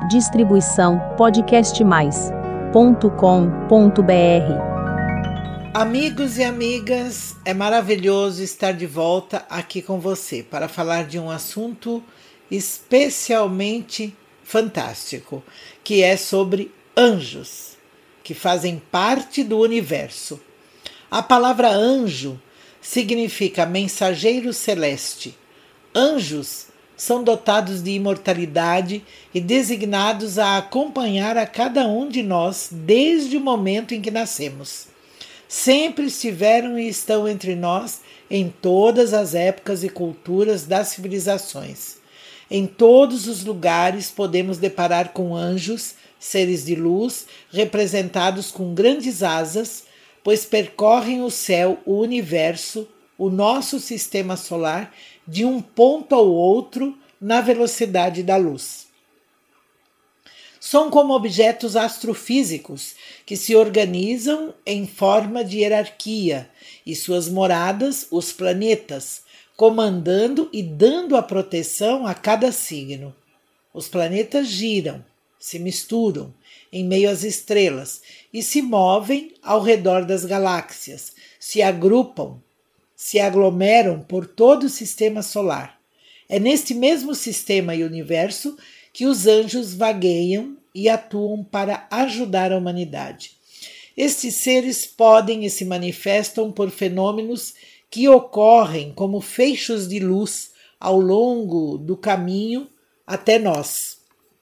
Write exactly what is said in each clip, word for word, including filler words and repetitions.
Distribuição podcastmais ponto com ponto br. Amigos e amigas, é maravilhoso estar de volta aqui com você para falar de um assunto especialmente fantástico, que é sobre anjos, que fazem parte do universo. A palavra anjo significa mensageiro celeste. Anjos são dotados de imortalidade e designados a acompanhar a cada um de nós desde o momento em que nascemos. Sempre estiveram e estão entre nós em todas as épocas e culturas das civilizações. Em todos os lugares podemos deparar com anjos, seres de luz, representados com grandes asas, pois percorrem o céu, o universo, o nosso sistema solar, de um ponto ao outro na velocidade da luz. São como objetos astrofísicos que se organizam em forma de hierarquia e suas moradas, os planetas, comandando e dando a proteção a cada signo. Os planetas giram, se misturam em meio às estrelas e se movem ao redor das galáxias, se agrupam, se aglomeram por todo o sistema solar. É neste mesmo sistema e universo que os anjos vagueiam e atuam para ajudar a humanidade. Estes seres podem e se manifestam por fenômenos que ocorrem como feixes de luz ao longo do caminho até nós.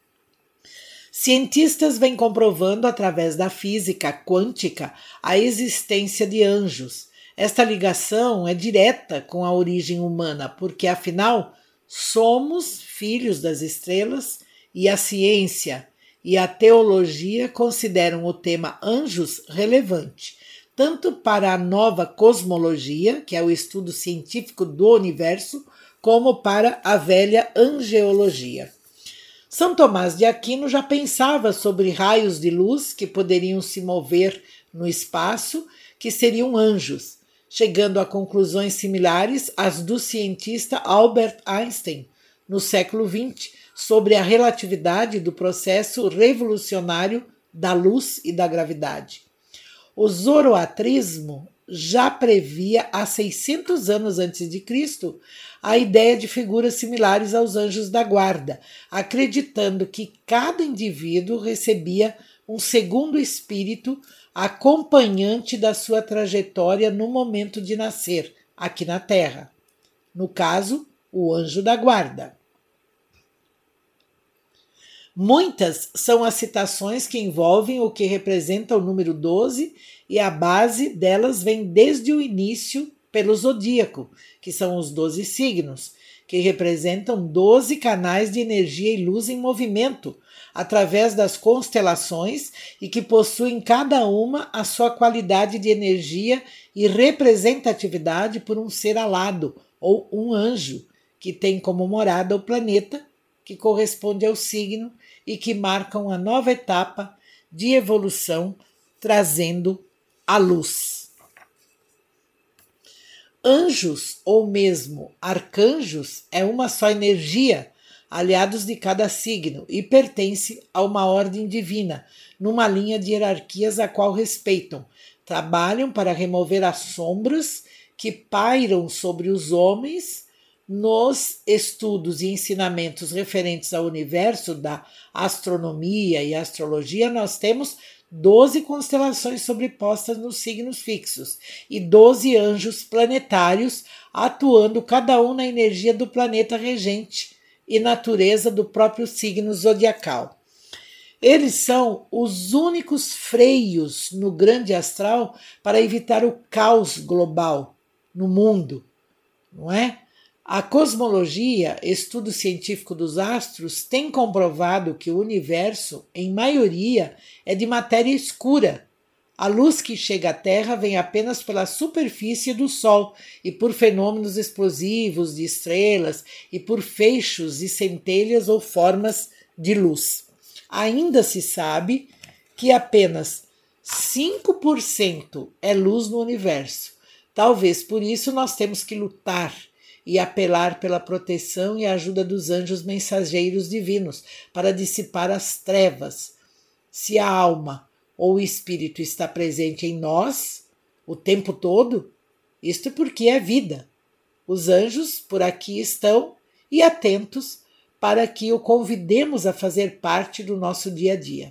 Cientistas vêm comprovando através da física quântica a existência de anjos. Esta ligação é direta com a origem humana, porque afinal somos filhos das estrelas e a ciência e a teologia consideram o tema anjos relevante, tanto para a nova cosmologia, que é o estudo científico do universo, como para a velha angeologia. São Tomás de Aquino já pensava sobre raios de luz que poderiam se mover no espaço, que seriam anjos, chegando a conclusões similares às do cientista Albert Einstein, no século vinte, sobre a relatividade do processo revolucionário da luz e da gravidade. O zoroatrismo já previa há seiscentos anos antes de Cristo a ideia de figuras similares aos anjos da guarda, acreditando que cada indivíduo recebia um segundo espírito acompanhante da sua trajetória no momento de nascer, aqui na Terra. No caso, o anjo da guarda. Muitas são as citações que envolvem o que representa o número doze e a base delas vem desde o início pelo zodíaco, que são os doze signos, que representam doze canais de energia e luz em movimento, através das constelações e que possuem cada uma a sua qualidade de energia e representatividade por um ser alado, ou um anjo, que tem como morada o planeta, que corresponde ao signo e que marcam a nova etapa de evolução, trazendo a luz. Anjos, ou mesmo arcanjos, é uma só energia, aliados de cada signo, e pertence a uma ordem divina, numa linha de hierarquias a qual respeitam. Trabalham para remover as sombras que pairam sobre os homens. Nos estudos e ensinamentos referentes ao universo da astronomia e astrologia, nós temos doze constelações sobrepostas nos signos fixos e doze anjos planetários atuando cada um na energia do planeta regente e natureza do próprio signo zodiacal. Eles são os únicos freios no grande astral para evitar o caos global no mundo, não é? A cosmologia, estudo científico dos astros, tem comprovado que o universo, em maioria, é de matéria escura. A luz que chega à Terra vem apenas pela superfície do Sol e por fenômenos explosivos de estrelas e por feixes e centelhas ou formas de luz. Ainda se sabe que apenas cinco por cento é luz no universo. Talvez por isso nós temos que lutar e apelar pela proteção e ajuda dos anjos mensageiros divinos para dissipar as trevas. Se a alma ou o espírito está presente em nós o tempo todo, isto porque é vida. Os anjos por aqui estão e atentos para que o convidemos a fazer parte do nosso dia a dia.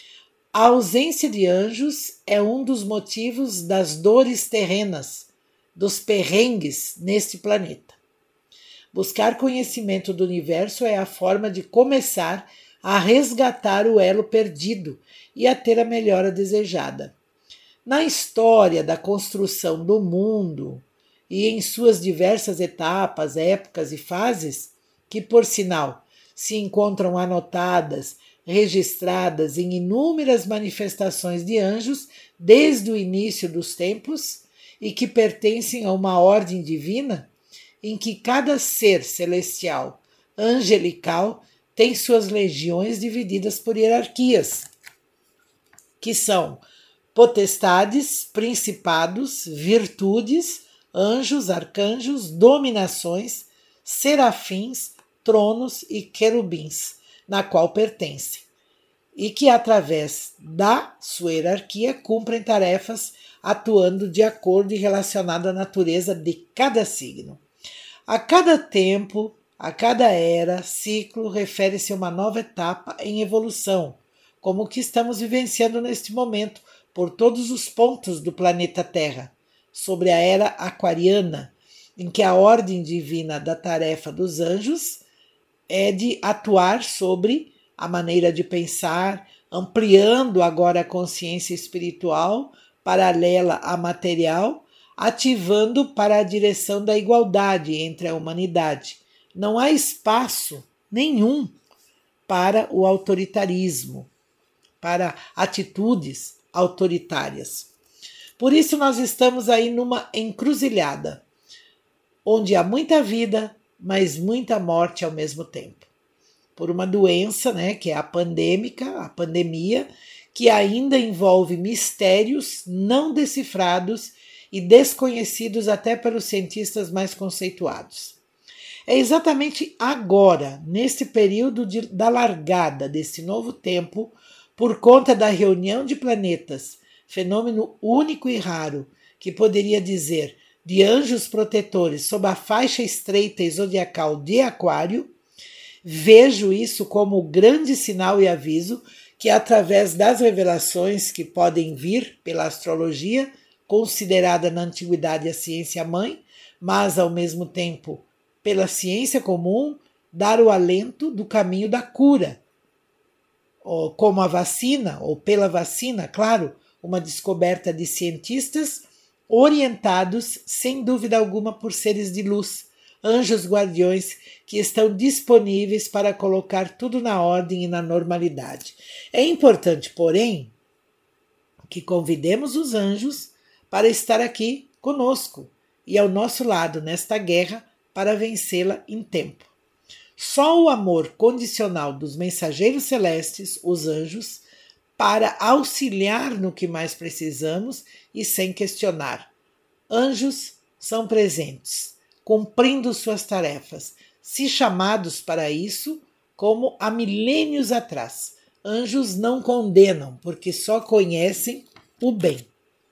A ausência de anjos é um dos motivos das dores terrenas, dos perrengues neste planeta. Buscar conhecimento do universo é a forma de começar a resgatar o elo perdido e a ter a melhora desejada. Na história da construção do mundo e em suas diversas etapas, épocas e fases, que por sinal se encontram anotadas, registradas em inúmeras manifestações de anjos desde o início dos tempos e que pertencem a uma ordem divina em que cada ser celestial, angelical, tem suas legiões divididas por hierarquias, que são potestades, principados, virtudes, anjos, arcanjos, dominações, serafins, tronos e querubins, na qual pertencem, e que através da sua hierarquia cumprem tarefas atuando de acordo e relacionado à natureza de cada signo. A cada tempo, a cada era, ciclo, refere-se a uma nova etapa em evolução, como o que estamos vivenciando neste momento por todos os pontos do planeta Terra, sobre a era aquariana, em que a ordem divina da tarefa dos anjos é de atuar sobre a maneira de pensar, ampliando agora a consciência espiritual paralela à material, ativando para a direção da igualdade entre a humanidade. Não há espaço nenhum para o autoritarismo, para atitudes autoritárias. Por isso nós estamos aí numa encruzilhada, onde há muita vida, mas muita morte ao mesmo tempo. Por uma doença, né, que é a pandêmica, a pandemia, que ainda envolve mistérios não decifrados e desconhecidos até pelos cientistas mais conceituados. É exatamente agora, neste período de, da largada desse novo tempo, por conta da reunião de planetas, fenômeno único e raro, que poderia dizer de anjos protetores sob a faixa estreita e zodiacal de Aquário, vejo isso como grande sinal e aviso que, através das revelações que podem vir pela astrologia, considerada na antiguidade a ciência mãe, mas ao mesmo tempo pela ciência comum, dar o alento do caminho da cura, ou como a vacina, ou pela vacina, claro, uma descoberta de cientistas orientados, sem dúvida alguma, por seres de luz, anjos guardiões que estão disponíveis para colocar tudo na ordem e na normalidade. É importante, porém, que convidemos os anjos para estar aqui conosco e ao nosso lado nesta guerra para vencê-la em tempo. Só o amor condicional dos mensageiros celestes, os anjos, para auxiliar no que mais precisamos e sem questionar. Anjos são presentes, cumprindo suas tarefas, se chamados para isso, como há milênios atrás. Anjos não condenam, porque só conhecem o bem.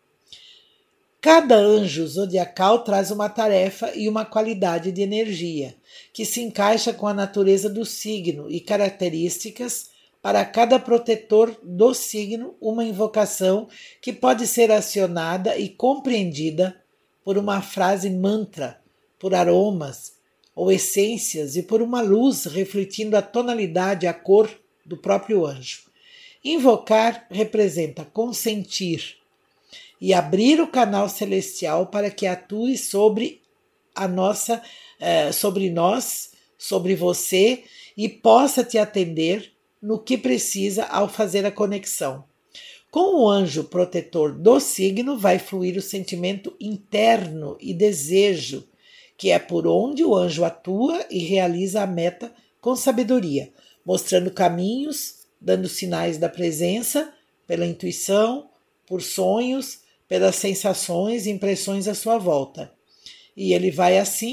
Cada anjo zodiacal traz uma tarefa e uma qualidade de energia, que se encaixa com a natureza do signo e características. Para cada protetor do signo, uma invocação que pode ser acionada e compreendida por uma frase mantra, por aromas ou essências e por uma luz refletindo a tonalidade, a cor do próprio anjo. Invocar representa consentir e abrir o canal celestial para que atue sobre a nossa, eh, sobre nós, sobre você e possa te atender no que precisa ao fazer a conexão. Com o anjo protetor do signo vai fluir o sentimento interno e desejo, que é por onde o anjo atua e realiza a meta com sabedoria, mostrando caminhos, dando sinais da presença, pela intuição, por sonhos, pelas sensações e impressões à sua volta. E ele vai assim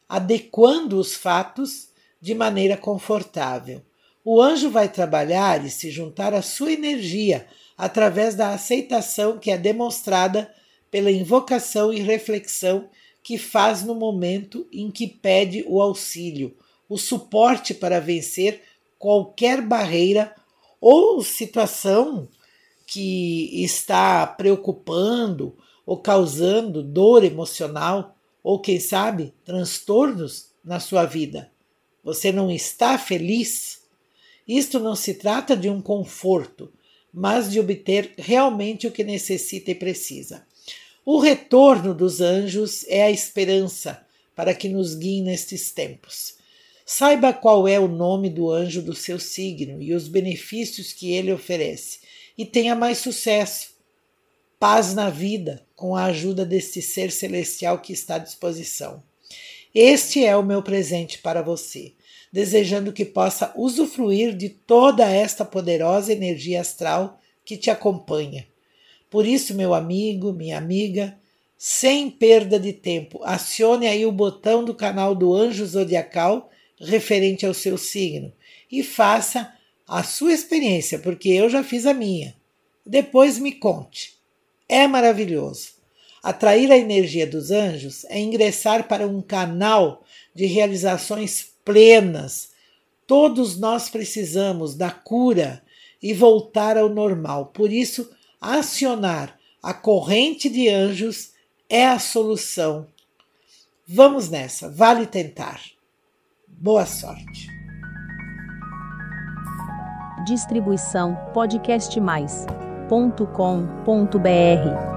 adequando os fatos de maneira confortável. O anjo vai trabalhar e se juntar à sua energia através da aceitação que é demonstrada pela invocação e reflexão que faz no momento em que pede o auxílio, o suporte para vencer qualquer barreira ou situação que está preocupando ou causando dor emocional ou, quem sabe, transtornos na sua vida. Você não está feliz? Isto não se trata de um conforto, mas de obter realmente o que necessita e precisa. O retorno dos anjos é a esperança para que nos guiem nestes tempos. Saiba qual é o nome do anjo do seu signo e os benefícios que ele oferece, e tenha mais sucesso, paz na vida, com a ajuda deste ser celestial que está à disposição. Este é o meu presente para você, desejando que possa usufruir de toda esta poderosa energia astral que te acompanha. Por isso, meu amigo, minha amiga, sem perda de tempo, acione aí o botão do canal do Anjo Zodiacal referente ao seu signo e faça a sua experiência, porque eu já fiz a minha. Depois me conte. É maravilhoso. Atrair a energia dos anjos é ingressar para um canal de realizações plenas. Todos nós precisamos da cura e voltar ao normal. Por isso, acionar a corrente de anjos é a solução. Vamos nessa, vale tentar. Boa sorte. Distribuição podcast mais ponto com ponto br